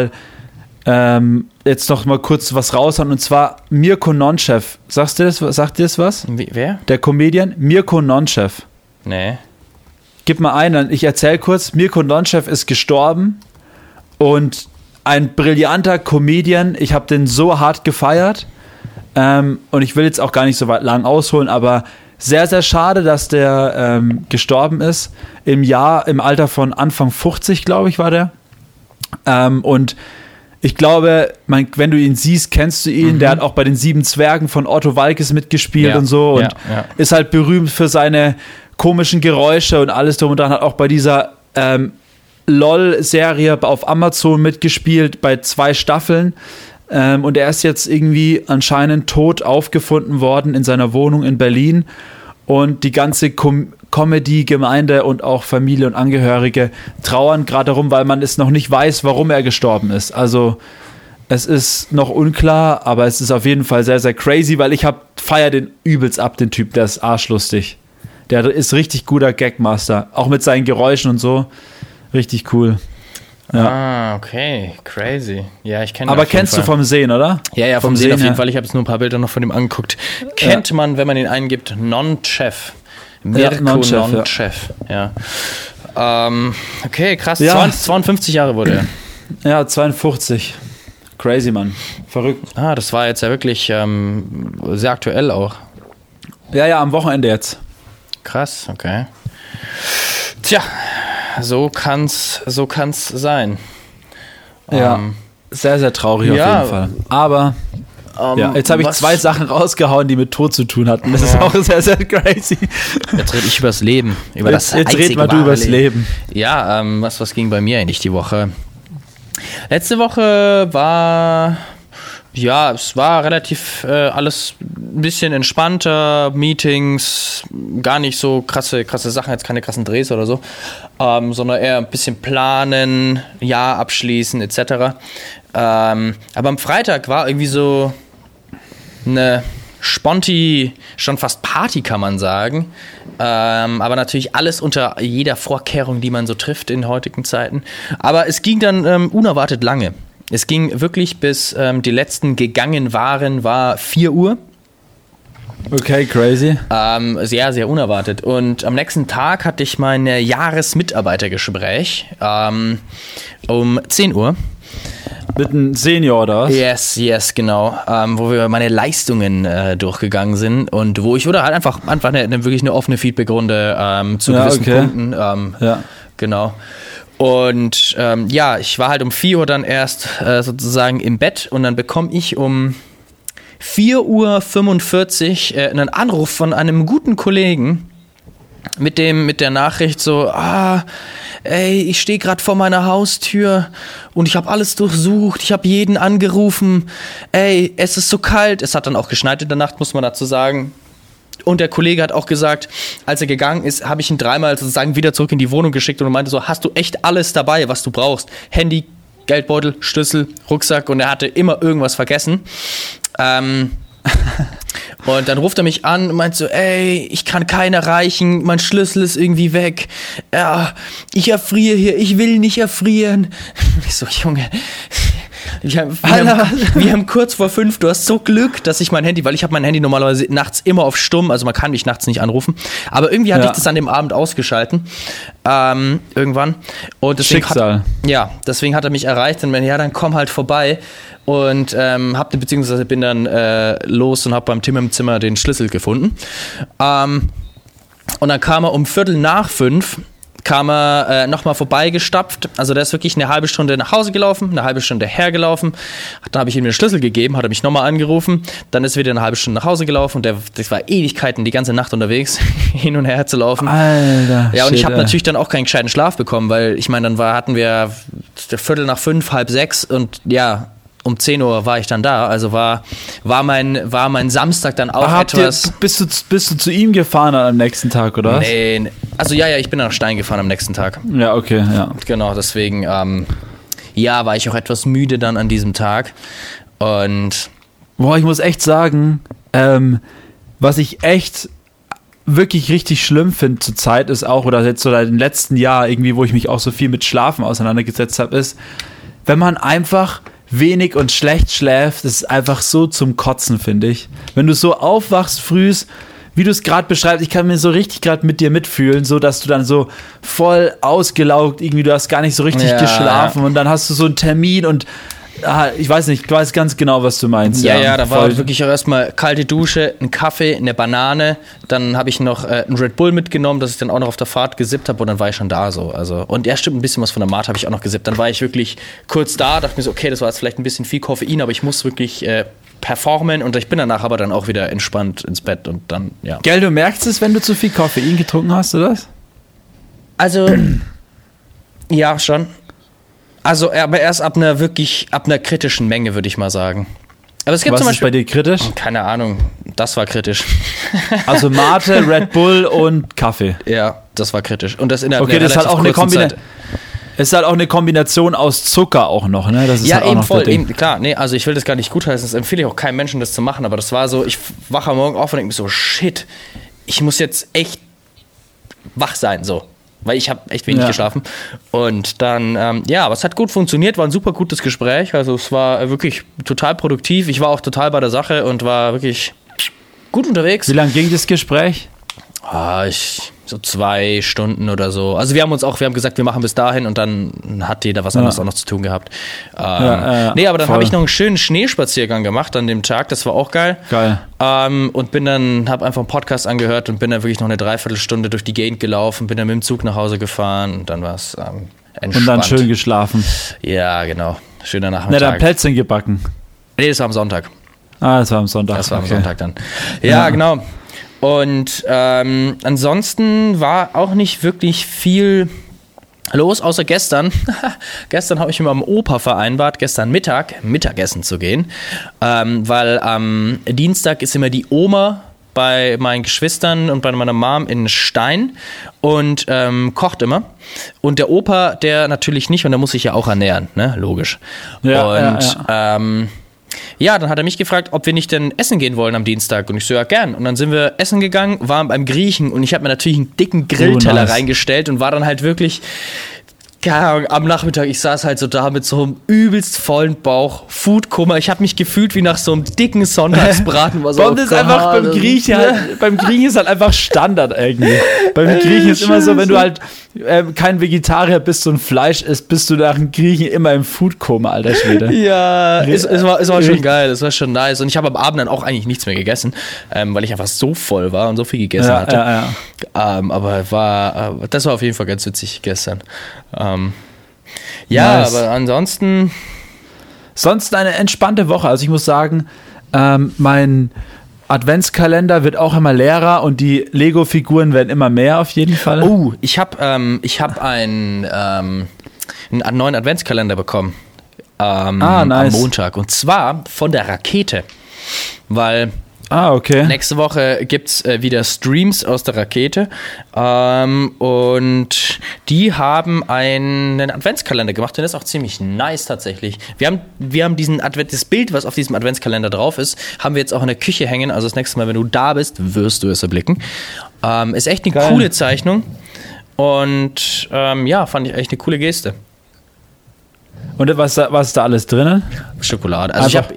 [SPEAKER 1] jetzt noch mal kurz was raushauen, und zwar Mirko Nonchef. Sagt dir das was?
[SPEAKER 2] Wer?
[SPEAKER 1] Der Comedian Mirko Nonchef.
[SPEAKER 2] Nee.
[SPEAKER 1] Gib mal ein, ich erzähle kurz. Mirko Nonchef ist gestorben und ein brillanter Comedian. Ich habe den so hart gefeiert. Und ich will jetzt auch gar nicht so weit lang ausholen, aber sehr, sehr schade, dass der gestorben ist. Im Alter von Anfang 50, glaube ich, war der. Und ich glaube, wenn du ihn siehst, kennst du ihn. Der hat auch bei den 7 Zwergen von Otto Walkes mitgespielt und so. Und ist halt berühmt für seine komischen Geräusche und alles drum und dran. Hat auch bei dieser LOL-Serie auf Amazon mitgespielt, bei 2 Staffeln. Und er ist jetzt irgendwie anscheinend tot aufgefunden worden in seiner Wohnung in Berlin. Und die ganze Comedy-Gemeinde und auch Familie und Angehörige trauern gerade darum, weil man es noch nicht weiß, warum er gestorben ist. Also es ist noch unklar, aber es ist auf jeden Fall sehr, sehr crazy, weil ich feiere den übelst ab, den Typ, der ist arschlustig. Der ist richtig guter Gagmaster, auch mit seinen Geräuschen und so. Richtig cool.
[SPEAKER 2] Ja. Okay, crazy. Ja, ich kenne.
[SPEAKER 1] Aber kennst du vom Sehen, oder?
[SPEAKER 2] Ja, vom Sehen auf jeden Fall. Ich habe jetzt nur ein paar Bilder noch von ihm angeguckt. Kennt man, wenn man ihn eingibt, Nonchef. Mirko Nonchef. Ja. Okay, krass.
[SPEAKER 1] Ja.
[SPEAKER 2] 52 Jahre wurde er.
[SPEAKER 1] Ja, 52. Crazy, Mann. Verrückt.
[SPEAKER 2] Das war jetzt ja wirklich sehr aktuell auch.
[SPEAKER 1] Ja, am Wochenende jetzt.
[SPEAKER 2] Krass, okay. Tja. So kann's sein.
[SPEAKER 1] Ja, sehr, sehr traurig auf jeden Fall. Aber Ja, jetzt habe ich 2 Sachen rausgehauen, die mit Tod zu tun hatten. Das ist auch sehr, sehr crazy.
[SPEAKER 2] Jetzt rede ich übers Leben.
[SPEAKER 1] Jetzt red mal du übers Leben.
[SPEAKER 2] Ja, was ging bei mir eigentlich die Woche? Letzte Woche war... Ja, es war relativ alles ein bisschen entspannter, Meetings, gar nicht so krasse Sachen, jetzt keine krassen Drehs oder so, sondern eher ein bisschen planen, Jahr abschließen etc. Aber am Freitag war irgendwie so eine Sponti, schon fast Party kann man sagen, aber natürlich alles unter jeder Vorkehrung, die man so trifft in heutigen Zeiten. Aber es ging dann unerwartet lange. Es ging wirklich bis die letzten gegangen waren, war 4 Uhr.
[SPEAKER 1] Okay, crazy.
[SPEAKER 2] Sehr, sehr unerwartet. Und am nächsten Tag hatte ich mein Jahresmitarbeitergespräch um 10 Uhr.
[SPEAKER 1] Mit einem Senior oder was?
[SPEAKER 2] Yes, genau. Wo wir meine Leistungen durchgegangen sind und wo ich einfach wirklich eine offene Feedbackrunde zu gewissen Punkten. Genau. Und ich war halt um 4 Uhr dann erst sozusagen im Bett und dann bekomme ich um 4:45 Uhr einen Anruf von einem guten Kollegen mit der Nachricht so, ich stehe gerade vor meiner Haustür und ich habe alles durchsucht, ich habe jeden angerufen, es ist so kalt, es hat dann auch geschneit in der Nacht, muss man dazu sagen. Und der Kollege hat auch gesagt, als er gegangen ist, habe ich ihn 3-mal sozusagen wieder zurück in die Wohnung geschickt und meinte so, hast du echt alles dabei, was du brauchst? Handy, Geldbeutel, Schlüssel, Rucksack und er hatte immer irgendwas vergessen. Und dann ruft er mich an und meint so, ich kann keinen erreichen, mein Schlüssel ist irgendwie weg. Ja, ich erfriere hier, ich will nicht erfrieren. Ich so, Junge... Wir haben kurz vor 5, du hast so Glück, dass ich mein Handy, weil ich habe mein Handy normalerweise nachts immer auf Stumm, also man kann mich nachts nicht anrufen, aber irgendwie hatte ich das an dem Abend ausgeschalten, irgendwann. Und deswegen
[SPEAKER 1] Schicksal.
[SPEAKER 2] Deswegen hat er mich erreicht und meinte, dann komm halt vorbei und bin dann los und habe beim Tim im Zimmer den Schlüssel gefunden. Und dann kam er um 4:45 kam er nochmal vorbeigestapft. Also der ist wirklich eine halbe Stunde nach Hause gelaufen, eine halbe Stunde hergelaufen. Dann habe ich ihm den Schlüssel gegeben, hat er mich nochmal angerufen. Dann ist er wieder eine halbe Stunde nach Hause gelaufen. Und das war Ewigkeiten, die ganze Nacht unterwegs, hin und her zu laufen.
[SPEAKER 1] Alter.
[SPEAKER 2] Ja, und ich habe natürlich dann auch keinen gescheiten Schlaf bekommen, weil ich meine, hatten wir 4:45, 5:30 und ja, um 10 Uhr war ich dann da, also war mein Samstag dann auch etwas...
[SPEAKER 1] Bist du zu ihm gefahren am nächsten Tag, oder?
[SPEAKER 2] Nee, also ja, ich bin nach Stein gefahren am nächsten Tag.
[SPEAKER 1] Ja, okay, ja.
[SPEAKER 2] Genau, deswegen, war ich auch etwas müde dann an diesem Tag und...
[SPEAKER 1] Boah, ich muss echt sagen, was ich echt wirklich richtig schlimm finde zur Zeit ist auch, oder jetzt so im letzten Jahr irgendwie, wo ich mich auch so viel mit Schlafen auseinandergesetzt habe, ist, wenn man einfach wenig und schlecht schläft, das ist einfach so zum Kotzen, finde ich. Wenn du so aufwachst frühs, wie du es gerade beschreibst, ich kann mir so richtig gerade mit dir mitfühlen, so dass du dann so voll ausgelaugt, irgendwie du hast gar nicht so richtig geschlafen und dann hast du so einen Termin und ich weiß ganz genau, was du meinst.
[SPEAKER 2] Ja, da war wirklich auch erstmal kalte Dusche, ein Kaffee, eine Banane, dann habe ich noch einen Red Bull mitgenommen, dass ich dann auch noch auf der Fahrt gesippt habe und dann war ich schon da so. Also, und ja, stimmt, ein bisschen was von der Mate habe ich auch noch gesippt. Dann war ich wirklich kurz da, dachte mir so, okay, das war jetzt vielleicht ein bisschen viel Koffein, aber ich muss wirklich performen und ich bin danach aber dann auch wieder entspannt ins Bett und dann, ja.
[SPEAKER 1] Gell, du merkst es, wenn du zu viel Koffein getrunken hast, oder was?
[SPEAKER 2] Also, ja, schon. Also, aber erst ab einer kritischen Menge, würde ich mal sagen. Aber es gibt
[SPEAKER 1] was
[SPEAKER 2] zum Beispiel,
[SPEAKER 1] ist bei dir kritisch?
[SPEAKER 2] Keine Ahnung, das war kritisch.
[SPEAKER 1] Also Mate, Red Bull und Kaffee.
[SPEAKER 2] Ja, das war kritisch. Und das innerhalb
[SPEAKER 1] einer relativ kurzen Zeit. Es ist halt auch eine Kombination aus Zucker auch noch, ne? Das ist
[SPEAKER 2] ja,
[SPEAKER 1] halt auch
[SPEAKER 2] eben
[SPEAKER 1] noch
[SPEAKER 2] voll, eben, klar. Nee, also ich will das gar nicht gutheißen, das empfehle ich auch keinem Menschen, das zu machen, aber das war so, ich wache am Morgen auf und denke mir so, shit, ich muss jetzt echt wach sein, so. Weil ich habe echt wenig geschlafen. Und dann, aber es hat gut funktioniert, war ein super gutes Gespräch. Also es war wirklich total produktiv. Ich war auch total bei der Sache und war wirklich gut unterwegs.
[SPEAKER 1] Wie lange ging das Gespräch?
[SPEAKER 2] So 2 Stunden oder so. Also wir haben gesagt, wir machen bis dahin und dann hat jeder was anderes auch noch zu tun gehabt. Aber dann habe ich noch einen schönen Schneespaziergang gemacht an dem Tag, das war auch geil. Und habe einfach einen Podcast angehört und bin dann wirklich noch eine Dreiviertelstunde durch die Gegend gelaufen, bin dann mit dem Zug nach Hause gefahren und dann war es entspannt.
[SPEAKER 1] Und dann schön geschlafen.
[SPEAKER 2] Ja, genau. Schöner Nachmittag.
[SPEAKER 1] Dann Plätzchen gebacken.
[SPEAKER 2] Nee, das war am Sonntag.
[SPEAKER 1] Das war am Sonntag.
[SPEAKER 2] Das war am Sonntag dann. Ja, genau. Und ansonsten war auch nicht wirklich viel los, außer gestern. Gestern habe ich mit meinem Opa vereinbart, gestern Mittag Mittagessen zu gehen, weil am Dienstag ist immer die Oma bei meinen Geschwistern und bei meiner Mom in Stein und kocht immer. Und der Opa, der natürlich nicht, und der muss sich ja auch ernähren, ne? Logisch. Ja, dann hat er mich gefragt, ob wir nicht denn essen gehen wollen am Dienstag. Und ich so, ja, gern. Und dann sind wir essen gegangen, waren beim Griechen und ich habe mir natürlich einen dicken Grillteller reingestellt und war dann halt wirklich, keine Ahnung, am Nachmittag, ich saß halt so da mit so einem übelst vollen Bauch, Foodkoma. Ich habe mich gefühlt wie nach so einem dicken Sonntagsbraten. War so,
[SPEAKER 1] Warum ist einfach beim Griechen halt, beim Griechen ist halt einfach Standard irgendwie. Beim Griechen ist immer so, wenn du halt kein Vegetarier bist und Fleisch isst, bist du nach dem Griechen immer im Foodkoma, alter Schwede.
[SPEAKER 2] Ja, es war schon geil, es war schon nice. Und ich habe am Abend dann auch eigentlich nichts mehr gegessen, weil ich einfach so voll war und so viel gegessen hatte. Aber das war auf jeden Fall ganz witzig gestern. Nice. Aber ansonsten...
[SPEAKER 1] Sonst eine entspannte Woche. Also ich muss sagen, mein Adventskalender wird auch immer leerer und die Lego-Figuren werden immer mehr auf jeden Fall.
[SPEAKER 2] Oh, ich hab einen neuen Adventskalender bekommen nice. Am Montag. Und zwar von der Rakete. Weil
[SPEAKER 1] okay.
[SPEAKER 2] Nächste Woche gibt's wieder Streams aus der Rakete und die haben einen Adventskalender gemacht und das ist auch ziemlich nice tatsächlich. Wir haben das Bild, was auf diesem Adventskalender drauf ist, haben wir jetzt auch in der Küche hängen, also das nächste Mal, wenn du da bist, wirst du es erblicken. Ist echt eine coole Zeichnung und fand ich echt eine coole Geste.
[SPEAKER 1] Und was ist da alles drin?
[SPEAKER 2] Schokolade.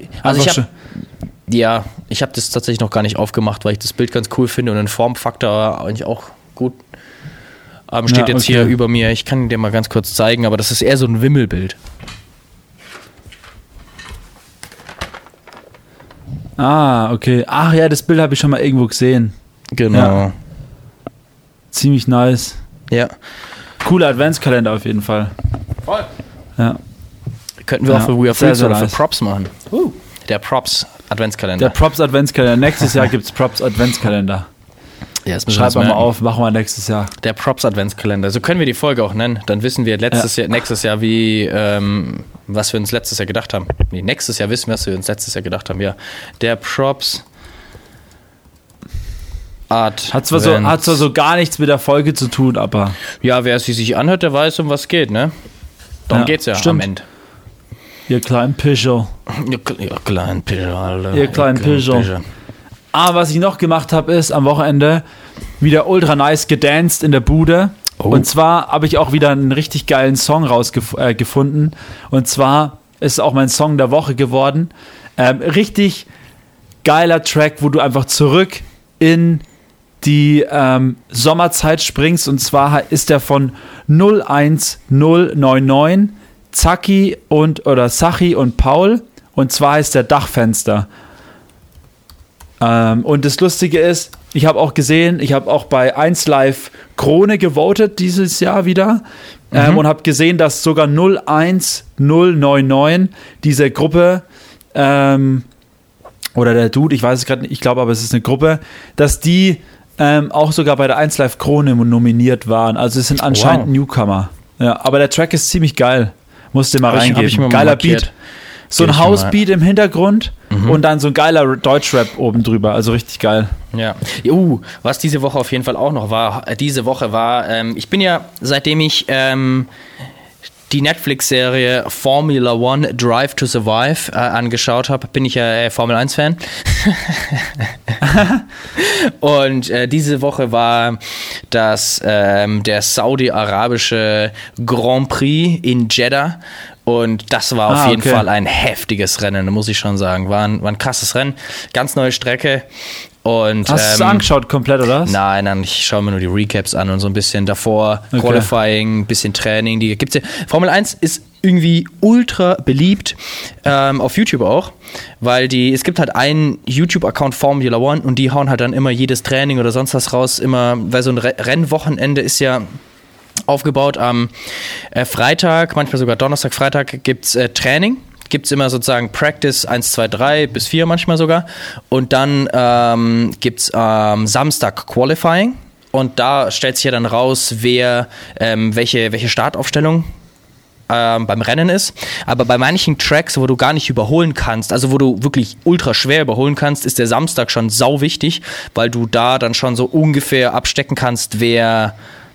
[SPEAKER 2] Ich habe das tatsächlich noch gar nicht aufgemacht, weil ich das Bild ganz cool finde und den Formfaktor eigentlich auch gut. Steht jetzt hier über mir. Ich kann dir mal ganz kurz zeigen, aber das ist eher so ein Wimmelbild.
[SPEAKER 1] Okay. Ach ja, das Bild habe ich schon mal irgendwo gesehen.
[SPEAKER 2] Genau.
[SPEAKER 1] Ja. Ziemlich nice.
[SPEAKER 2] Ja.
[SPEAKER 1] Cooler Adventskalender auf jeden Fall.
[SPEAKER 2] Voll.
[SPEAKER 1] Ja.
[SPEAKER 2] Könnten wir auch für We Are Freaks oder
[SPEAKER 1] nice.
[SPEAKER 2] für Props machen. Der Props Adventskalender.
[SPEAKER 1] Der Props Adventskalender. Nächstes Jahr gibt es Props Adventskalender.
[SPEAKER 2] Ja,
[SPEAKER 1] schreib mal auf, machen wir nächstes Jahr.
[SPEAKER 2] Der Props Adventskalender. So können wir die Folge auch nennen. Dann wissen wir nächstes Jahr, was wir uns letztes Jahr gedacht haben. Nee, nächstes Jahr wissen wir, was wir uns letztes Jahr gedacht haben. Ja. Der Props Art.
[SPEAKER 1] Hat zwar so gar nichts mit der Folge zu tun, aber.
[SPEAKER 2] Ja, wer sie sich anhört, der weiß, um was geht, ne? Darum geht's ja
[SPEAKER 1] stimmt.
[SPEAKER 2] Am Ende.
[SPEAKER 1] Ihr kleinen Pischel.
[SPEAKER 2] Ihr kleinen Pischel, Alter.
[SPEAKER 1] Ihr kleinen Pischel. Was ich noch gemacht habe, ist am Wochenende wieder ultra nice gedanced in der Bude. Oh. Und zwar habe ich auch wieder einen richtig geilen Song rausgefunden. Und zwar ist es auch mein Song der Woche geworden. Richtig geiler Track, wo du einfach zurück in die Sommerzeit springst. Und zwar ist der von 01099 Sachi und Paul. Und zwar heißt der Dachfenster. Und das Lustige ist, ich habe auch gesehen, ich habe auch bei 1Live Krone gewotet dieses Jahr wieder und habe gesehen, dass sogar 01099 diese Gruppe oder der Dude, ich weiß es gerade nicht, ich glaube aber es ist eine Gruppe, dass die auch sogar bei der 1Live Krone nominiert waren. Also es sind anscheinend Newcomer. Ja, aber der Track ist ziemlich geil. Musst du mal reingeben. Geiler Beat. So ein Housebeat im Hintergrund und dann so ein geiler Deutschrap oben drüber. Also richtig geil.
[SPEAKER 2] Ja. Was diese Woche auf jeden Fall auch noch war, ich bin ja, seitdem ich die Netflix-Serie Formula One Drive to Survive angeschaut habe, bin ich ja Formel 1-Fan. Und diese Woche war das der saudi-arabische Grand Prix in Jeddah. Und das war auf jeden Fall ein heftiges Rennen, muss ich schon sagen. War ein krasses Rennen, ganz neue Strecke. Und,
[SPEAKER 1] hast du es angeschaut komplett, oder was?
[SPEAKER 2] Nein, ich schaue mir nur die Recaps an und so ein bisschen davor, Qualifying, ein bisschen Training. Die gibt's ja. Formel 1 ist irgendwie ultra beliebt, auf YouTube auch, weil es gibt halt einen YouTube-Account Formula One und die hauen halt dann immer jedes Training oder sonst was raus, weil so ein Rennwochenende ist ja aufgebaut am Freitag, manchmal sogar Donnerstag, Freitag gibt's Training. gibt es immer sozusagen Practice 1, 2, 3 bis 4 manchmal sogar. Und dann gibt es Samstag Qualifying. Und da stellt sich ja dann raus, wer welche Startaufstellung beim Rennen ist. Aber bei manchen Tracks, wo du gar nicht überholen kannst, also wo du wirklich ultra schwer überholen kannst, ist der Samstag schon sau wichtig, weil du da dann schon so ungefähr abstecken kannst, wer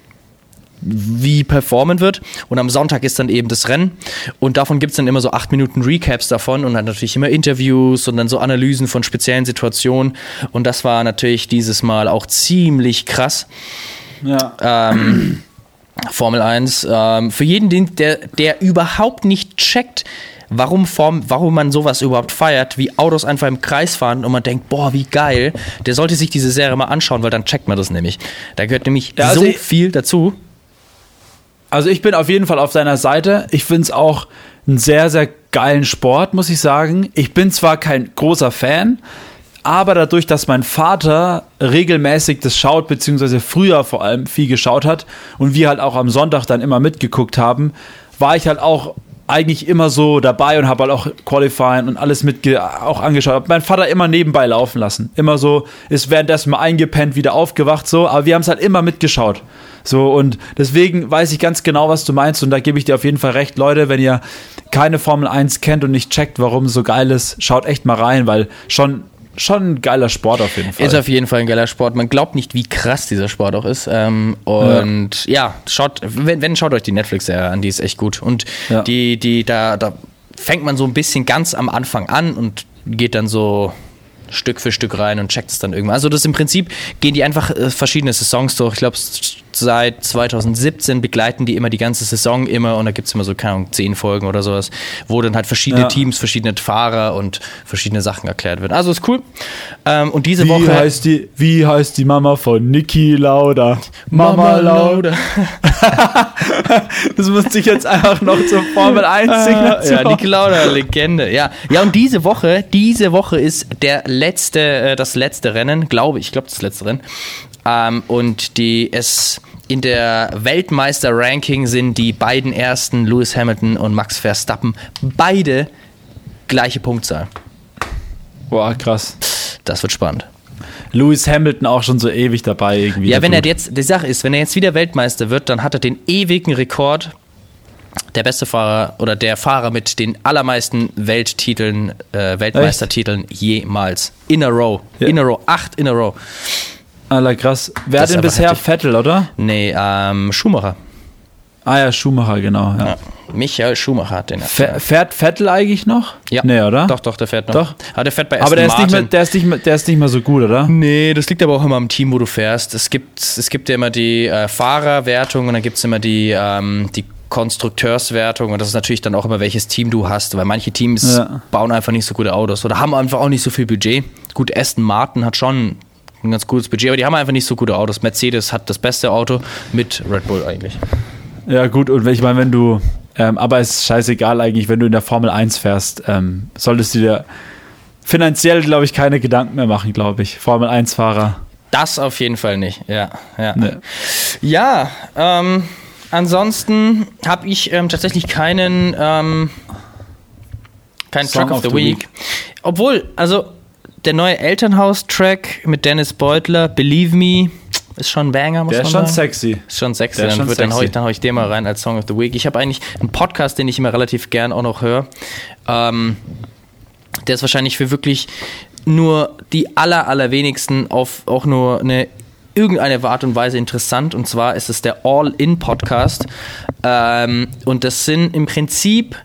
[SPEAKER 2] wie performen wird. Und am Sonntag ist dann eben das Rennen. Und davon gibt es dann immer so 8 Minuten Recaps davon und dann natürlich immer Interviews und dann so Analysen von speziellen Situationen. Und das war natürlich dieses Mal auch ziemlich krass.
[SPEAKER 1] Ja.
[SPEAKER 2] Formel 1. Für jeden, der überhaupt nicht checkt, warum man sowas überhaupt feiert, wie Autos einfach im Kreis fahren und man denkt, boah, wie geil, der sollte sich diese Serie mal anschauen, weil dann checkt man das nämlich. Da gehört nämlich so viel dazu.
[SPEAKER 1] Also ich bin auf jeden Fall auf deiner Seite. Ich finde es auch einen sehr, sehr geilen Sport, muss ich sagen. Ich bin zwar kein großer Fan, aber dadurch, dass mein Vater regelmäßig das schaut, beziehungsweise früher vor allem viel geschaut hat und wir halt auch am Sonntag dann immer mitgeguckt haben, war ich halt auch eigentlich immer so dabei und habe halt auch Qualifying und alles auch angeschaut. Hab meinen Vater immer nebenbei laufen lassen. Immer so, ist währenddessen mal eingepennt, wieder aufgewacht, so. Aber wir haben es halt immer mitgeschaut. So, und deswegen weiß ich ganz genau, was du meinst und da gebe ich dir auf jeden Fall recht. Leute, wenn ihr keine Formel 1 kennt und nicht checkt, warum es so geil ist, schaut echt mal rein, weil schon ein geiler Sport auf jeden Fall.
[SPEAKER 2] Ist auf jeden Fall ein geiler Sport. Man glaubt nicht, wie krass dieser Sport auch ist. Schaut euch die Netflix-Serie an, die ist echt gut. Und da fängt man so ein bisschen ganz am Anfang an und geht dann so Stück für Stück rein und checkt es dann irgendwann. Also das im Prinzip gehen die einfach verschiedene Saisons durch. Ich glaube, seit 2017 begleiten die immer die ganze Saison immer und da gibt es immer so, keine Ahnung, 10 Folgen oder sowas, wo dann halt verschiedene Teams, verschiedene Fahrer und verschiedene Sachen erklärt werden. Also ist cool. Und diese Woche...
[SPEAKER 1] Wie heißt die Mama von Niki Lauda? Mama Lauda. Das musste ich jetzt einfach noch zur Formel 1 singen.
[SPEAKER 2] Ja, Niki Lauda, Legende. Ja, und diese Woche ist das letzte Rennen, glaube ich. Ich glaube, das letzte Rennen. Und in der Weltmeister-Ranking sind die beiden ersten, Lewis Hamilton und Max Verstappen, beide gleiche Punktzahl.
[SPEAKER 1] Boah, krass.
[SPEAKER 2] Das wird spannend.
[SPEAKER 1] Lewis Hamilton auch schon so ewig dabei irgendwie.
[SPEAKER 2] Ja, die Sache ist, wenn er jetzt wieder Weltmeister wird, dann hat er den ewigen Rekord, der beste Fahrer oder der Fahrer mit den allermeisten Weltmeistertiteln jemals. In a row. 8 in a row.
[SPEAKER 1] Alter, krass. Wer hat denn bisher heftig. Vettel, oder?
[SPEAKER 2] Nee, Schumacher.
[SPEAKER 1] Ah ja, Schumacher, genau. Ja.
[SPEAKER 2] Michael Schumacher hat den.
[SPEAKER 1] Fährt Vettel eigentlich noch?
[SPEAKER 2] Ja.
[SPEAKER 1] Nee, oder?
[SPEAKER 2] Doch, der fährt noch.
[SPEAKER 1] Doch.
[SPEAKER 2] Aber der fährt bei Aston
[SPEAKER 1] Martin. Der ist nicht mehr so gut, oder?
[SPEAKER 2] Nee, das liegt aber auch immer am Team, wo du fährst. Es gibt ja immer die Fahrerwertung und dann gibt es immer die Konstrukteurswertung und das ist natürlich dann auch immer, welches Team du hast, weil manche Teams bauen einfach nicht so gute Autos oder haben einfach auch nicht so viel Budget. Gut, Aston Martin hat schon ein ganz gutes Budget, aber die haben einfach nicht so gute Autos. Mercedes hat das beste Auto mit Red Bull eigentlich.
[SPEAKER 1] Ja gut, und ich meine, wenn du, aber es ist scheißegal eigentlich, wenn du in der Formel 1 fährst, solltest du dir finanziell, glaube ich, keine Gedanken mehr machen, glaube ich. Formel 1-Fahrer.
[SPEAKER 2] Das auf jeden Fall nicht, ja.
[SPEAKER 1] Nee.
[SPEAKER 2] Ja, ansonsten habe ich tatsächlich keinen Track of the Week. Obwohl, also der neue Elternhaus-Track mit Dennis Beutler, Believe Me, ist schon ein Banger, muss man sagen.
[SPEAKER 1] Der ist schon sexy.
[SPEAKER 2] Ist schon sexy, dann hau ich den mal rein als Song of the Week. Ich habe eigentlich einen Podcast, den ich immer relativ gern auch noch höre. Der ist wahrscheinlich für wirklich nur die allerwenigsten auf auch nur irgendeine Art und Weise interessant. Und zwar ist es der All-In-Podcast. Und das sind im Prinzip...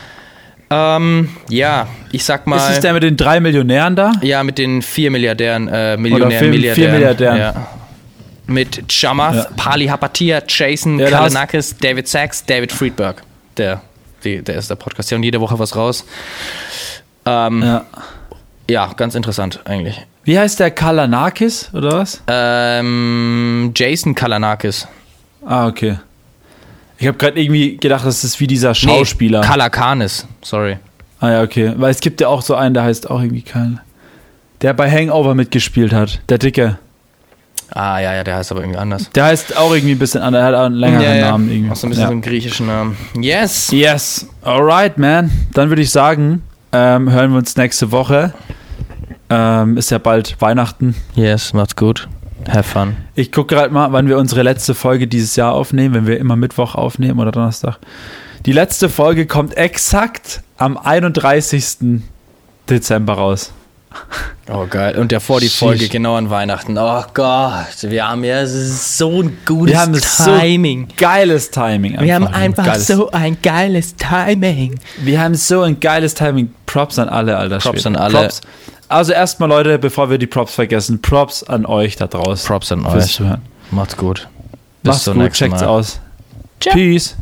[SPEAKER 2] ich sag mal...
[SPEAKER 1] Ist es der mit den 3 Millionären da?
[SPEAKER 2] Ja, mit den 4 Milliardären,
[SPEAKER 1] Milliardären. 4 Milliardären.
[SPEAKER 2] Ja. Mit Chamath, Pali Hapatia, Jason Kalinakis, David Sachs, David Friedberg. Der ist der Podcast. Die haben jede Woche was raus. Ja, ganz interessant eigentlich.
[SPEAKER 1] Wie heißt der, Kalinakis oder was?
[SPEAKER 2] Jason Kalinakis.
[SPEAKER 1] Ah, okay. Ich habe gerade irgendwie gedacht, das ist wie dieser Schauspieler.
[SPEAKER 2] Nee, Kalakanis, sorry.
[SPEAKER 1] Ah ja, okay. Weil es gibt ja auch so einen, der heißt auch irgendwie der bei Hangover mitgespielt hat. Der Dicke.
[SPEAKER 2] Ja, der heißt aber irgendwie anders.
[SPEAKER 1] Der heißt auch irgendwie ein bisschen anders, er hat auch einen längeren Namen irgendwie.
[SPEAKER 2] Auch so ein bisschen so einen griechischen Namen.
[SPEAKER 1] Yes. Alright, man. Dann würde ich sagen, hören wir uns nächste Woche. Ist ja bald Weihnachten.
[SPEAKER 2] Yes, macht's gut. Have fun.
[SPEAKER 1] Ich gucke gerade mal, wann wir unsere letzte Folge dieses Jahr aufnehmen, wenn wir immer Mittwoch aufnehmen oder Donnerstag. Die letzte Folge kommt exakt am 31. Dezember raus.
[SPEAKER 2] Oh, geil. Und davor die Folge genau an Weihnachten. Oh Gott, wir haben ja so ein gutes Timing.
[SPEAKER 1] So geiles Timing.
[SPEAKER 2] Wir haben einfach so ein geiles Timing.
[SPEAKER 1] Wir haben so ein geiles Timing. Props an alle, Alter.
[SPEAKER 2] Props an alle.
[SPEAKER 1] Also erstmal, Leute, bevor wir die Props vergessen, Props an euch da draußen.
[SPEAKER 2] Props an euch. Macht's gut.
[SPEAKER 1] Macht's gut, checkt's aus.
[SPEAKER 2] Ciao.
[SPEAKER 1] Peace.